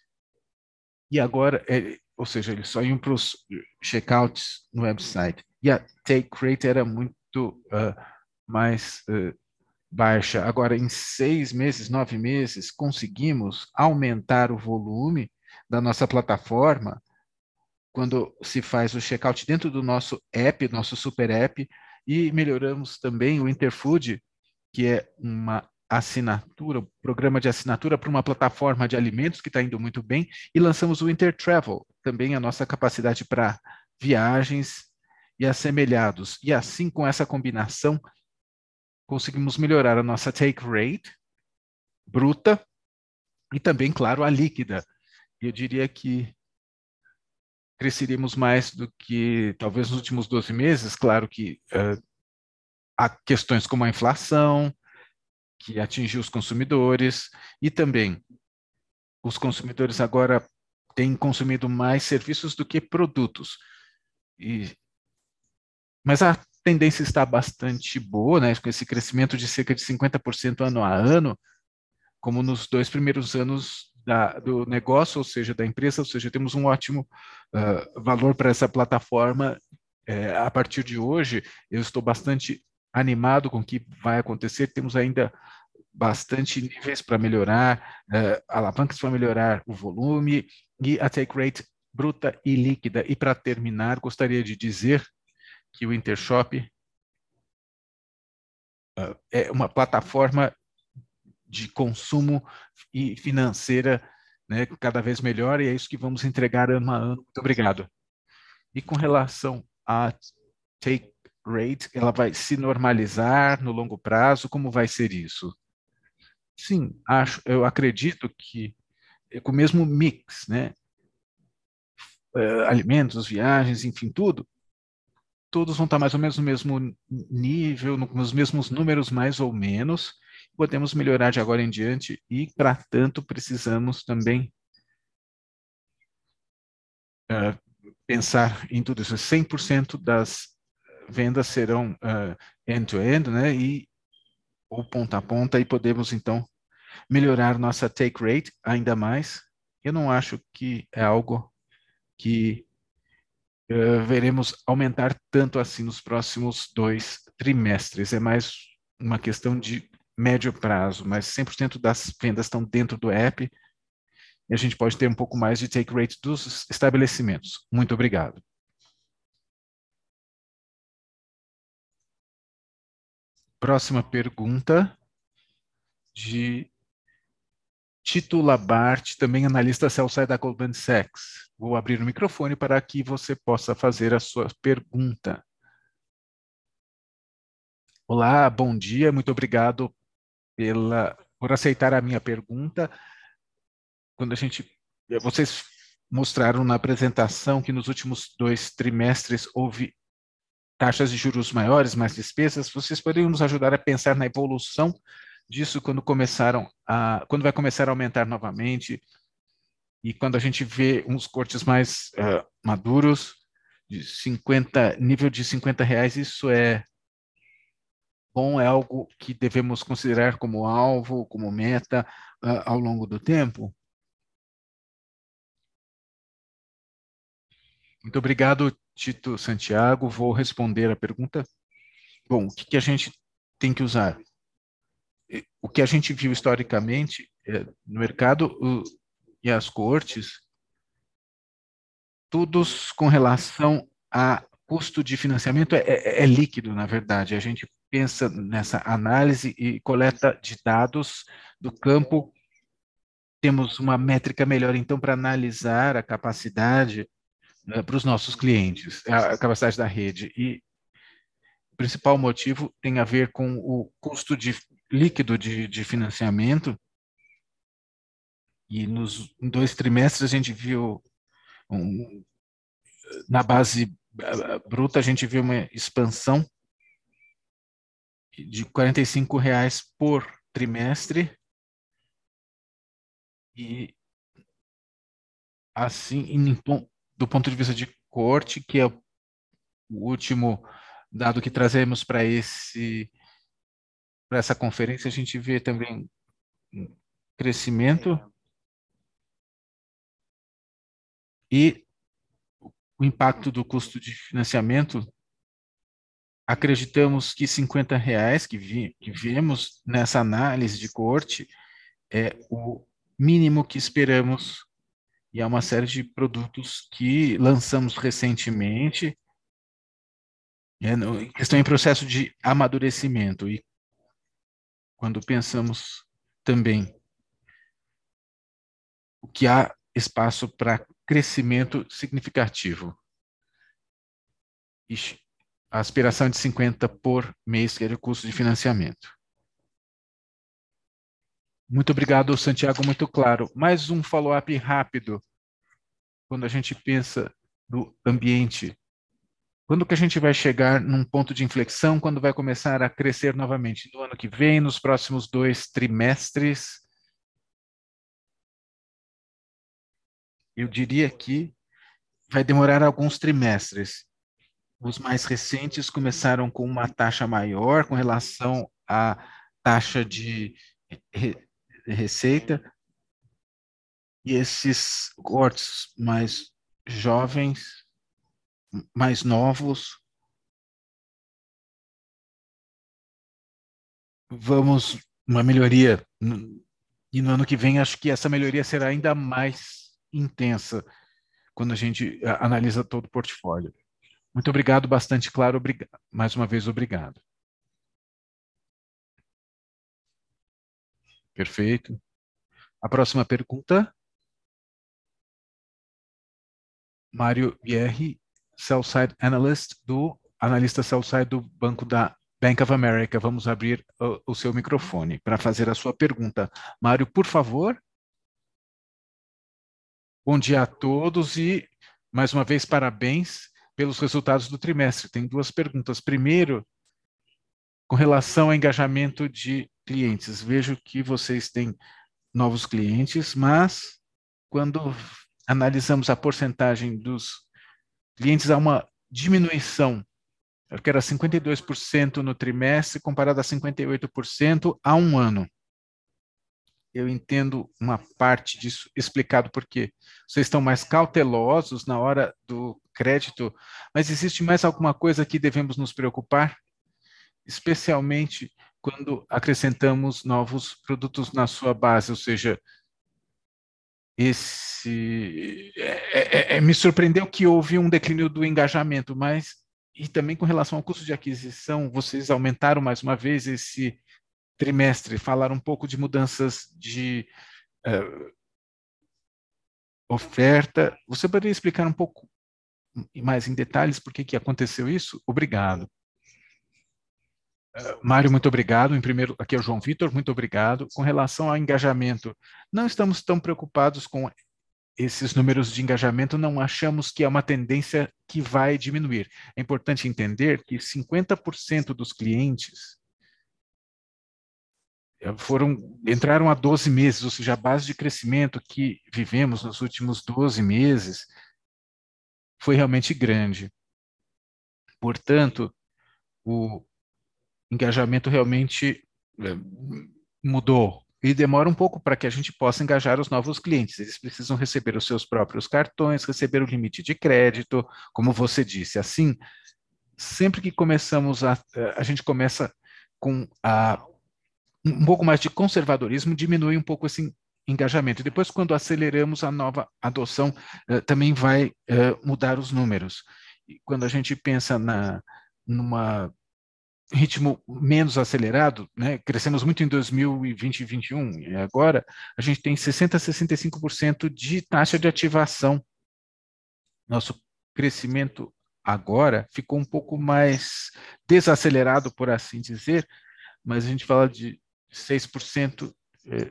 E agora, é, ou seja, eles só iam para os checkouts no website. E a take rate era muito uh, mais uh, baixa. Agora, em seis meses, nove meses, conseguimos aumentar o volume da nossa plataforma quando se faz o checkout dentro do nosso app, nosso super app, e melhoramos também o Interfood, que é uma assinatura, um programa de assinatura para uma plataforma de alimentos que está indo muito bem, e lançamos o Intertravel, também a nossa capacidade para viagens e assemelhados. E assim, com essa combinação, conseguimos melhorar a nossa take rate bruta e também, claro, a líquida. Eu diria que cresceríamos mais do que talvez nos últimos doze meses. Claro que uh, há questões como a inflação, que atingiu os consumidores, e também os consumidores agora têm consumido mais serviços do que produtos. E, mas a tendência está bastante boa, né, com esse crescimento de cerca de cinquenta por cento ano a ano, como nos dois primeiros anos da, do negócio, ou seja, da empresa, ou seja, temos um ótimo uh, valor para essa plataforma. É, a partir de hoje, eu estou bastante animado com o que vai acontecer. Temos ainda bastante níveis para melhorar, uh, alavancas para melhorar o volume e a take rate bruta e líquida. E para terminar, gostaria de dizer que o Intershop uh, é uma plataforma de consumo e financeira, né, cada vez melhor, e é isso que vamos entregar ano a ano. Muito obrigado. E com relação à take rate, ela vai se normalizar no longo prazo? Como vai ser isso? Sim, acho, eu acredito que é com o mesmo mix, né? Uh, alimentos, viagens, enfim, tudo, todos vão estar mais ou menos no mesmo nível, no, nos mesmos números, mais ou menos. Podemos melhorar de agora em diante e, para tanto, precisamos também uh, pensar em tudo isso. cem por cento das vendas serão uh, end-to-end, né? E, ou ponta a ponta, e podemos, então, melhorar nossa take rate ainda mais. Eu não acho que é algo que uh, veremos aumentar tanto assim nos próximos dois trimestres. É mais uma questão de médio prazo, mas cem por cento das vendas estão dentro do app e a gente pode ter um pouco mais de take rate dos estabelecimentos. Muito obrigado. Próxima pergunta de Tito Labarte, também analista sell-side da Goldman Sachs. Vou abrir o microfone para que você possa fazer a sua pergunta. Olá, bom dia, muito obrigado pela, por aceitar a minha pergunta. Quando a gente, vocês mostraram na apresentação que nos últimos dois trimestres houve taxas de juros maiores, mais despesas. Vocês poderiam nos ajudar a pensar na evolução disso quando começaram a, quando vai começar a aumentar novamente e quando a gente vê uns cortes mais uh, maduros, de cinquenta, nível de cinquenta reais, isso é bom, é algo que devemos considerar como alvo, como meta, uh, ao longo do tempo? Muito obrigado, Tito Santiago. Vou responder a pergunta. Bom, o que, que a gente tem que usar? O que a gente viu historicamente é, no mercado o, e as cortes, todos com relação a custo de financiamento é, é, é líquido, na verdade. A gente pensa nessa análise e coleta de dados do campo. Temos uma métrica melhor, então, para analisar a capacidade, né, para os nossos clientes, a capacidade da rede. E o principal motivo tem a ver com o custo de, líquido de, de financiamento. E nos em dois trimestres a gente viu, um, na base uh, bruta, a gente viu uma expansão de quarenta e cinco reais por trimestre. E assim, em, do ponto de vista de corte, que é o último dado que trazemos para esse para essa conferência, a gente vê também um crescimento e o impacto do custo de financiamento. Acreditamos que cinquenta reais que, vi, que vemos nessa análise de corte é o mínimo que esperamos, e há uma série de produtos que lançamos recentemente, é, no, que estão em processo de amadurecimento. E quando pensamos também o que há espaço para crescimento significativo. E a aspiração de cinquenta por mês, que era o custo de financiamento. Muito obrigado, Santiago, muito claro. Mais um follow-up rápido. Quando a gente pensa no ambiente, quando que a gente vai chegar num ponto de inflexão, quando vai começar a crescer novamente? No ano que vem, nos próximos dois trimestres? Eu diria que vai demorar alguns trimestres. Os mais recentes começaram com uma taxa maior com relação à taxa de re receita, e esses cortes mais jovens, mais novos, vamos uma melhoria. E no ano que vem, acho que essa melhoria será ainda mais intensa quando a gente analisa todo o portfólio. Muito obrigado, bastante claro. Obrigado. Mais uma vez, obrigado. Perfeito. A próxima pergunta, Mário Bierri, Sell-Side Analyst, do analista Sell-Side do Banco da Bank of America. Vamos abrir o, o seu microfone para fazer a sua pergunta. Mário, por favor. Bom dia a todos e, mais uma vez, parabéns pelos resultados do trimestre. Tem duas perguntas. Primeiro, com relação ao engajamento de clientes. Vejo que vocês têm novos clientes, mas quando analisamos a porcentagem dos clientes, há uma diminuição. Eu que era cinquenta e dois por cento no trimestre, comparado a cinquenta e oito por cento há um ano. Eu entendo uma parte disso explicado porque vocês estão mais cautelosos na hora do crédito, mas existe mais alguma coisa que devemos nos preocupar? Especialmente quando acrescentamos novos produtos na sua base, ou seja, esse é, é, é, me surpreendeu que houve um declínio do engajamento, mas e também com relação ao custo de aquisição, vocês aumentaram mais uma vez esse trimestre, falaram um pouco de mudanças de uh, oferta. Você poderia explicar um pouco mais em detalhes por que que aconteceu isso? Obrigado. Mário, muito obrigado. Em primeiro, aqui é o João Vitor, muito obrigado. Com relação ao engajamento, não estamos tão preocupados com esses números de engajamento, não achamos que é uma tendência que vai diminuir. É importante entender que cinquenta por cento dos clientes foram entraram há doze meses, ou seja, a base de crescimento que vivemos nos últimos doze meses foi realmente grande. Portanto, o engajamento realmente é, mudou. E demora um pouco para que a gente possa engajar os novos clientes. Eles precisam receber os seus próprios cartões, receber o limite de crédito, como você disse. Assim, sempre que começamos a, a gente começa com a, um pouco mais de conservadorismo, diminui um pouco esse engajamento. E depois, quando aceleramos a nova adoção, eh, também vai eh, mudar os números. E quando a gente pensa na numa ritmo menos acelerado, né? Crescemos muito em dois mil e vinte e vinte e um, e agora a gente tem sessenta a sessenta e cinco por cento de taxa de ativação. Nosso crescimento agora ficou um pouco mais desacelerado, por assim dizer, mas a gente fala de seis por cento, é,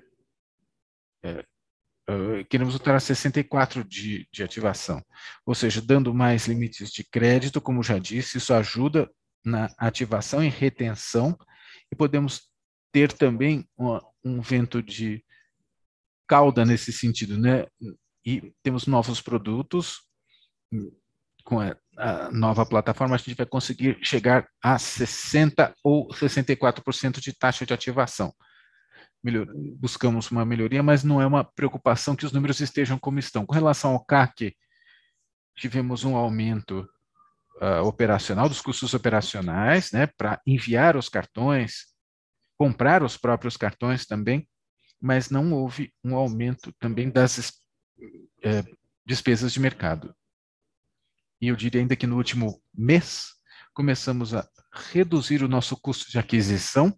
é, é, queremos voltar a sessenta e quatro por cento de, de ativação, ou seja, dando mais limites de crédito, como já disse, isso ajuda na ativação e retenção, e podemos ter também uma, um vento de cauda nesse sentido, né? E temos novos produtos, com a, a nova plataforma, a gente vai conseguir chegar a sessenta ou sessenta e quatro por cento de taxa de ativação. Melhor, buscamos uma melhoria, mas não é uma preocupação que os números estejam como estão. Com relação ao C A C, tivemos um aumento uh, operacional, dos custos operacionais, né, para enviar os cartões, comprar os próprios cartões também, mas não houve um aumento também das eh, despesas de mercado. E eu diria ainda que no último mês, começamos a reduzir o nosso custo de aquisição,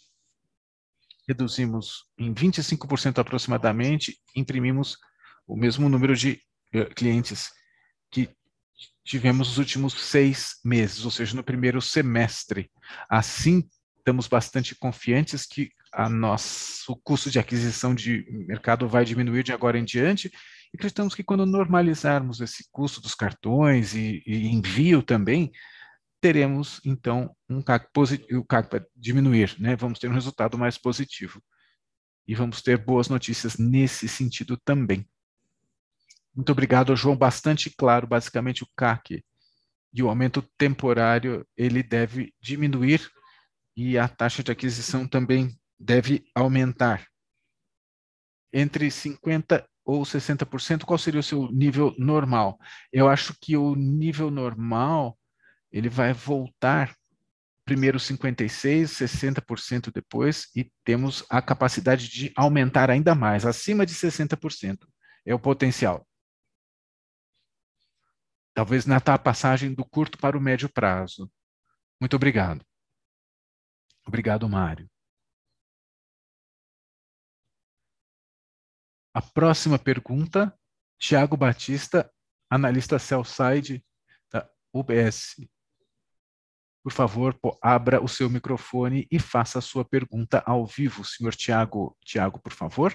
reduzimos em vinte e cinco por cento aproximadamente, imprimimos o mesmo número de uh, clientes que tivemos nos últimos seis meses, ou seja, no primeiro semestre. Assim, estamos bastante confiantes que a nosso custo de aquisição de mercado vai diminuir de agora em diante, e acreditamos que quando normalizarmos esse custo dos cartões e, e envio também, teremos então um C A C positivo, o C A C vai diminuir, né? Vamos ter um resultado mais positivo. E vamos ter boas notícias nesse sentido também. Muito obrigado, João. Bastante claro, basicamente o C A C e o aumento temporário, ele deve diminuir e a taxa de aquisição também deve aumentar. Entre cinquenta por cento ou sessenta por cento, qual seria o seu nível normal? Eu acho que o nível normal, ele vai voltar primeiro cinquenta e seis por cento, sessenta por cento depois, e temos a capacidade de aumentar ainda mais, acima de sessenta por cento. É o potencial. Talvez na passagem do curto para o médio prazo. Muito obrigado. Obrigado, Mário. A próxima pergunta, Tiago Batista, analista sell-side da U B S. Por favor, abra o seu microfone e faça a sua pergunta ao vivo, senhor Tiago. Tiago, por favor.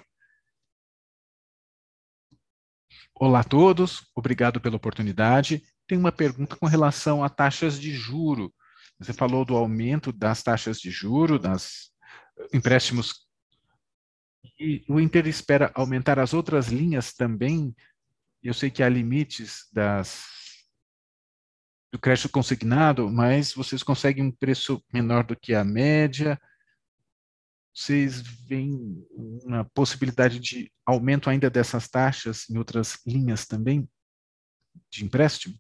Olá a todos, obrigado pela oportunidade. Tenho uma pergunta com relação a taxas de juro. Você falou do aumento das taxas de juro, das empréstimos, e o Inter espera aumentar as outras linhas também. Eu sei que há limites das, do crédito consignado, mas vocês conseguem um preço menor do que a média. Vocês veem uma possibilidade de aumento ainda dessas taxas em outras linhas também de empréstimo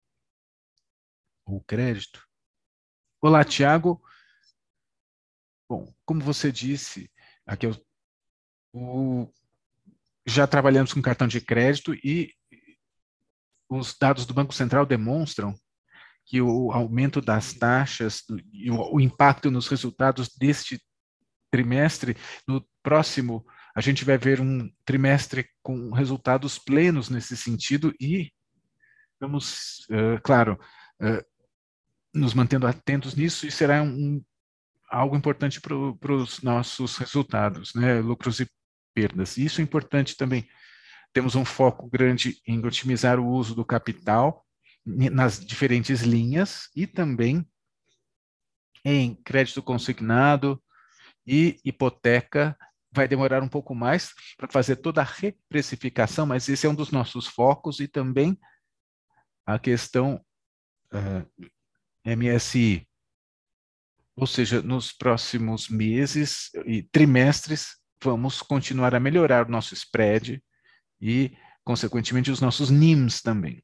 ou crédito? Olá, Tiago. Bom, como você disse, aqui eu, o, já trabalhamos com cartão de crédito e os dados do Banco Central demonstram que o aumento das taxas e o, o impacto nos resultados deste trimestre, no próximo, a gente vai ver um trimestre com resultados plenos nesse sentido e vamos, uh, claro, uh, nos mantendo atentos nisso, e será um, algo importante para os nossos resultados, né? Lucros e perdas. Isso é importante também. Temos um foco grande em otimizar o uso do capital nas diferentes linhas e também em crédito consignado e hipoteca. Vai demorar um pouco mais para fazer toda a reprecificação, mas esse é um dos nossos focos, e também a questão uh, M S I, ou seja, nos próximos meses e trimestres, vamos continuar a melhorar o nosso spread e, consequentemente, os nossos N I Ms também.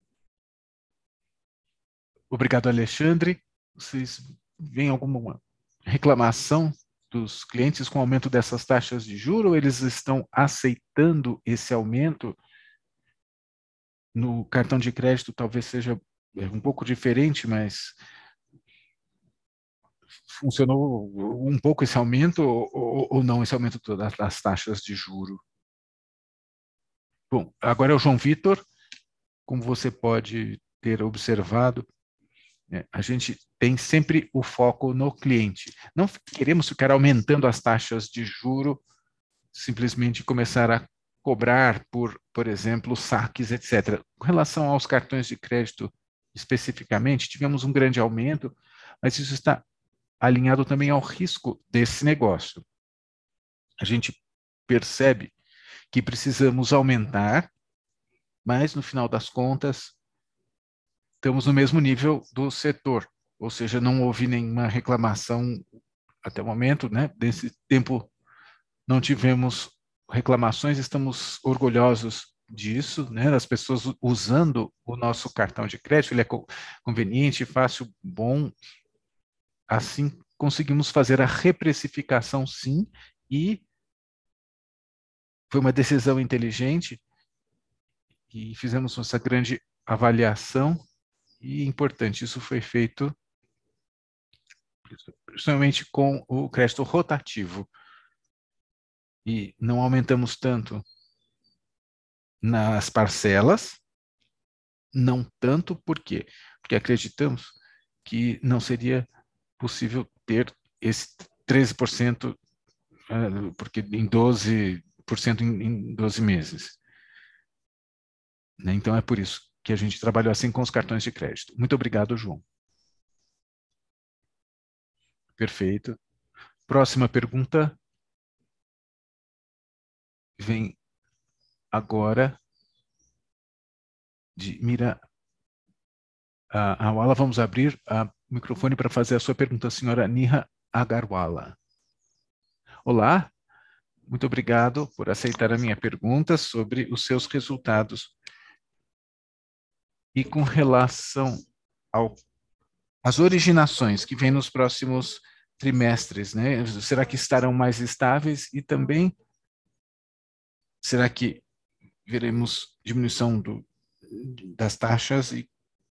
Obrigado, Alexandre. Vocês veem alguma reclamação dos clientes com o aumento dessas taxas de juros? Ou eles estão aceitando esse aumento? No cartão de crédito talvez seja um pouco diferente, mas funcionou um pouco esse aumento ou, ou não esse aumento das, das taxas de juro? Bom, agora é o João Vitor. Como você pode ter observado, é, a gente tem sempre o foco no cliente. Não queremos ficar aumentando as taxas de juro, simplesmente começar a cobrar por, por exemplo, saques, etcétera. Com relação aos cartões de crédito especificamente, tivemos um grande aumento, mas isso está alinhado também ao risco desse negócio. A gente percebe que precisamos aumentar, mas no final das contas, estamos no mesmo nível do setor, ou seja, não houve nenhuma reclamação até o momento, né? Desse tempo não tivemos reclamações, estamos orgulhosos disso, né? Das pessoas usando o nosso cartão de crédito, ele é conveniente, fácil, bom. Assim conseguimos fazer a reprecificação, sim, e foi uma decisão inteligente e fizemos essa grande avaliação e importante, isso foi feito principalmente com o crédito rotativo e não aumentamos tanto nas parcelas, não tanto por quê? Porque acreditamos que não seria possível ter esse treze por cento, porque em doze por cento em, em doze meses. Então é por isso que a gente trabalhou assim com os cartões de crédito. Muito obrigado, João. Perfeito. Próxima pergunta vem agora de Mira a Awala. Vamos abrir o microfone para fazer a sua pergunta, senhora Niha Agarwala. Olá, muito obrigado por aceitar a minha pergunta sobre os seus resultados. E com relação ao, às originações que vêm nos próximos trimestres, né? Será que estarão mais estáveis e também será que veremos diminuição do, das taxas e,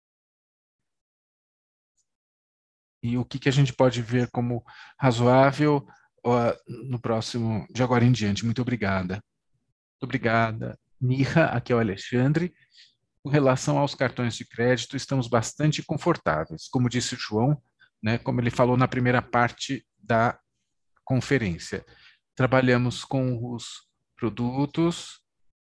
e o que, que a gente pode ver como razoável ó, no próximo, de agora em diante? Muito obrigada. Muito obrigada, Niha, aqui é o Alexandre. Com relação aos cartões de crédito, estamos bastante confortáveis. Como disse o João, né, como ele falou na primeira parte da conferência, trabalhamos com os produtos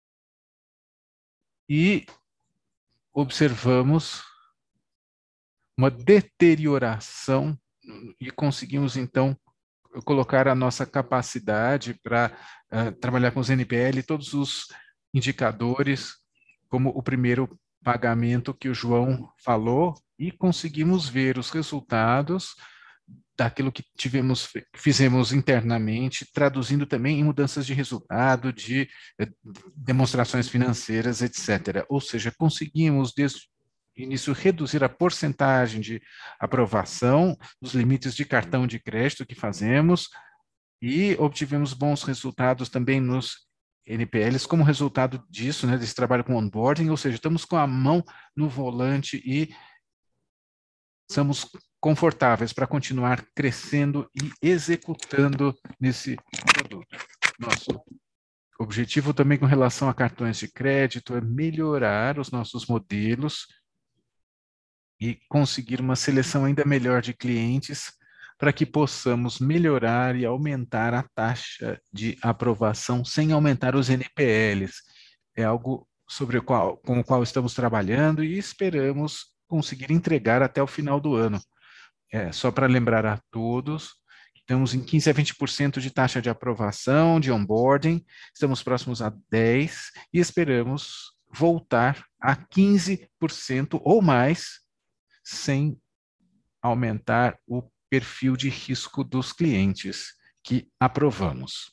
e observamos uma deterioração e conseguimos, então, colocar a nossa capacidade para uh, trabalhar com os N P L, todos os indicadores, como o primeiro pagamento que o João falou, e conseguimos ver os resultados daquilo que tivemos, fizemos internamente, traduzindo também em mudanças de resultado, de eh, demonstrações financeiras, etcétera. Ou seja, conseguimos desde o início reduzir a porcentagem de aprovação dos limites de cartão de crédito que fazemos e obtivemos bons resultados também nos N P Ls como resultado disso, né, desse trabalho com onboarding, ou seja, estamos com a mão no volante e estamos confortáveis para continuar crescendo e executando nesse produto. Nosso objetivo também com relação a cartões de crédito é melhorar os nossos modelos e conseguir uma seleção ainda melhor de clientes para que possamos melhorar e aumentar a taxa de aprovação sem aumentar os N P Ls. É algo sobre o qual, com o qual estamos trabalhando e esperamos conseguir entregar até o final do ano. É, só para lembrar a todos, estamos em quinze a vinte por cento de taxa de aprovação, de onboarding, estamos próximos a dez por cento e esperamos voltar a quinze por cento ou mais sem aumentar o perfil de risco dos clientes que aprovamos.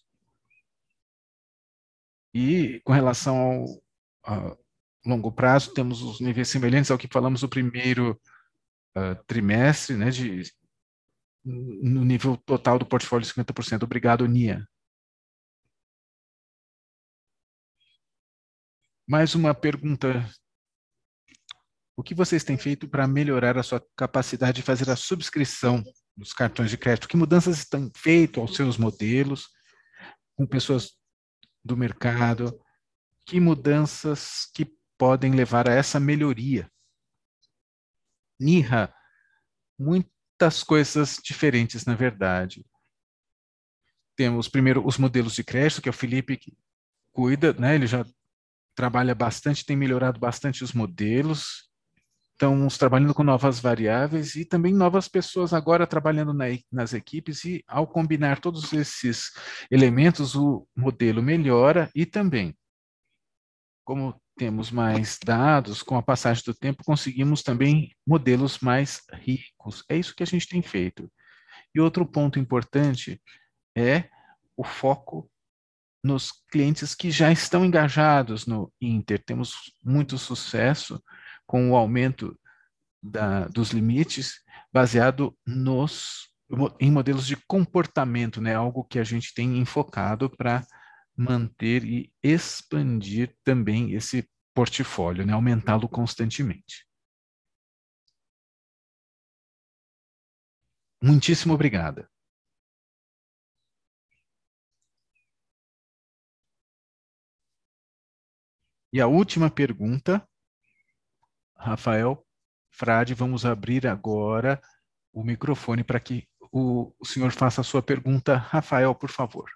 E com relação ao a longo prazo, temos os níveis semelhantes ao que falamos no primeiro uh, trimestre, né, de, no nível total do portfólio cinquenta por cento. Obrigado, Nia. Mais uma pergunta. O que vocês têm feito para melhorar a sua capacidade de fazer a subscrição dos cartões de crédito? Que mudanças estão feitas aos seus modelos com pessoas do mercado? Que mudanças que podem levar a essa melhoria? Niha, muitas coisas diferentes, na verdade. Temos primeiro os modelos de crédito, que é o Felipe que cuida, né? Ele já trabalha bastante, tem melhorado bastante os modelos. Estamos trabalhando com novas variáveis e também novas pessoas agora trabalhando na, nas equipes, e ao combinar todos esses elementos, o modelo melhora e também, como temos mais dados, com a passagem do tempo, conseguimos também modelos mais ricos. É isso que a gente tem feito. E outro ponto importante é o foco nos clientes que já estão engajados no Inter. Temos muito sucesso com o aumento da, dos limites baseado nos, em modelos de comportamento, né? Algo que a gente tem enfocado para manter e expandir também esse portfólio, né? Aumentá-lo constantemente. Muitíssimo obrigada. E a última pergunta, Rafael Frade, vamos abrir agora o microfone para que o, o senhor faça a sua pergunta. Rafael, por favor.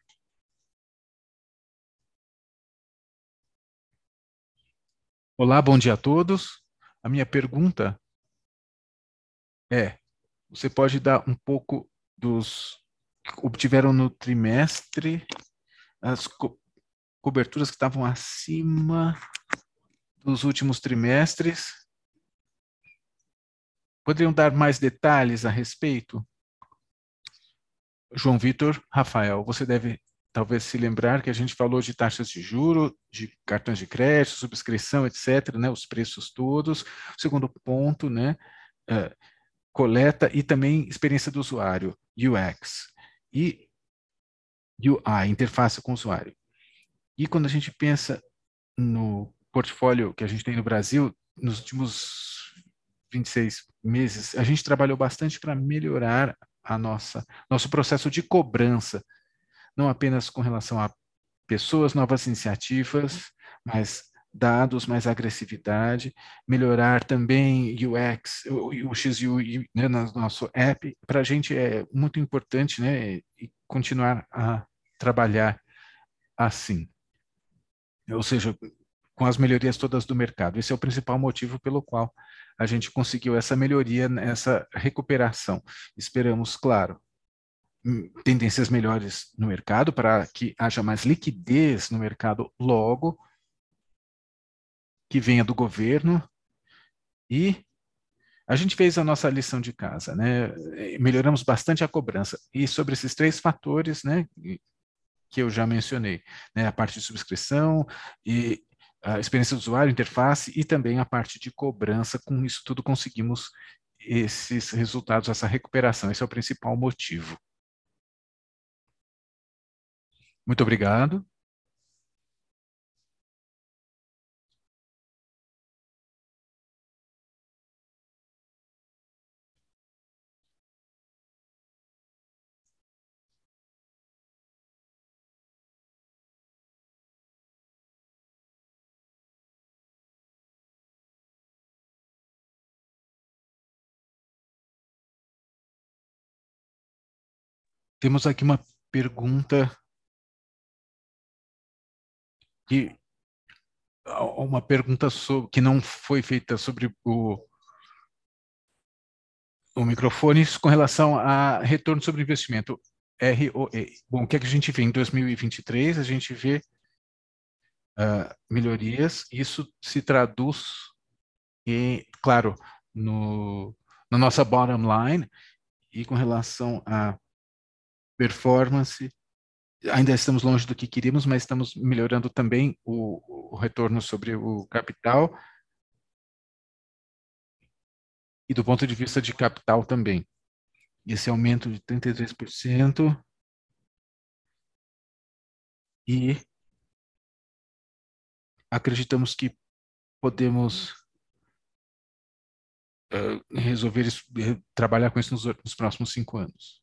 Olá, bom dia a todos. A minha pergunta é: você pode dar um pouco dos que obtiveram no trimestre, as co coberturas que estavam acima dos últimos trimestres? Poderiam dar mais detalhes a respeito? João Vitor, Rafael, você deve talvez se lembrar que a gente falou de taxas de juro, de cartões de crédito, subscrição, etcétera, né, os preços todos. Segundo ponto, né, uh, coleta e também experiência do usuário, U X. E U I, interface com o usuário. E quando a gente pensa no portfólio que a gente tem no Brasil, nos últimos vinte e seis meses, a gente trabalhou bastante para melhorar a nossa nosso processo de cobrança, não apenas com relação a pessoas, novas iniciativas, mas dados, mais agressividade, melhorar também U X, o, o X U I, né, no nosso app. Para a gente é muito importante, né, e continuar a trabalhar assim, ou seja, com as melhorias todas do mercado. Esse é o principal motivo pelo qual a gente conseguiu essa melhoria, essa recuperação. Esperamos, claro, tendências melhores no mercado para que haja mais liquidez no mercado logo, que venha do governo, e a gente fez a nossa lição de casa, né? Melhoramos bastante a cobrança. E sobre esses três fatores, né, que eu já mencionei, né, a parte de subscrição e a experiência do usuário, interface e também a parte de cobrança, com isso tudo conseguimos esses resultados, essa recuperação. Esse é o principal motivo. Muito obrigado. Temos aqui uma pergunta que uma pergunta sobre, que não foi feita sobre o, o microfone com relação a retorno sobre investimento, R O E. Bom, o que, é que a gente vê em dois mil e vinte e três? A gente vê uh, melhorias. Isso se traduz em, claro, no, na nossa bottom line e com relação à performance. Ainda estamos longe do que queríamos, mas estamos melhorando também o, o retorno sobre o capital e do ponto de vista de capital também. Esse aumento de trinta e três por cento e acreditamos que podemos uh, resolver isso, eh, trabalhar com isso nos, nos próximos cinco anos.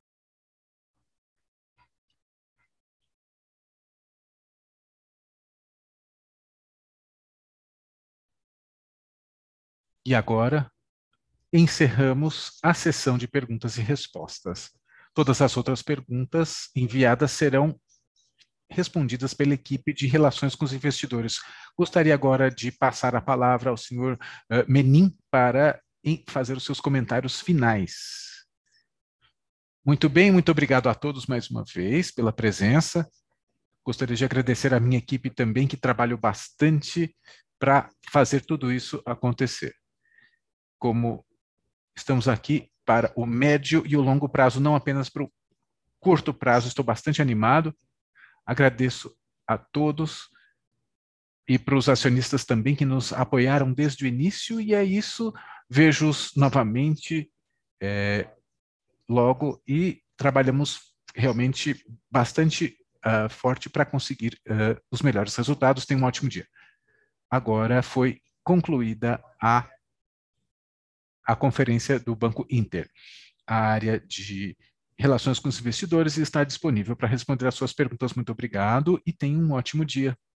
E agora encerramos a sessão de perguntas e respostas. Todas as outras perguntas enviadas serão respondidas pela equipe de relações com os investidores. Gostaria agora de passar a palavra ao senhor uh, Menin para fazer os seus comentários finais. Muito bem, muito obrigado a todos mais uma vez pela presença. Gostaria de agradecer a minha equipe também, que trabalhou bastante para fazer tudo isso acontecer. Como estamos aqui para o médio e o longo prazo, não apenas para o curto prazo, estou bastante animado. Agradeço a todos e para os acionistas também que nos apoiaram desde o início, e é isso. Vejo-os novamente é, logo e trabalhamos realmente bastante uh, forte para conseguir uh, os melhores resultados. Tenha um ótimo dia. Agora foi concluída a, a conferência do Banco Inter. A área de relações com os investidores está disponível para responder às suas perguntas. Muito obrigado e tenha um ótimo dia.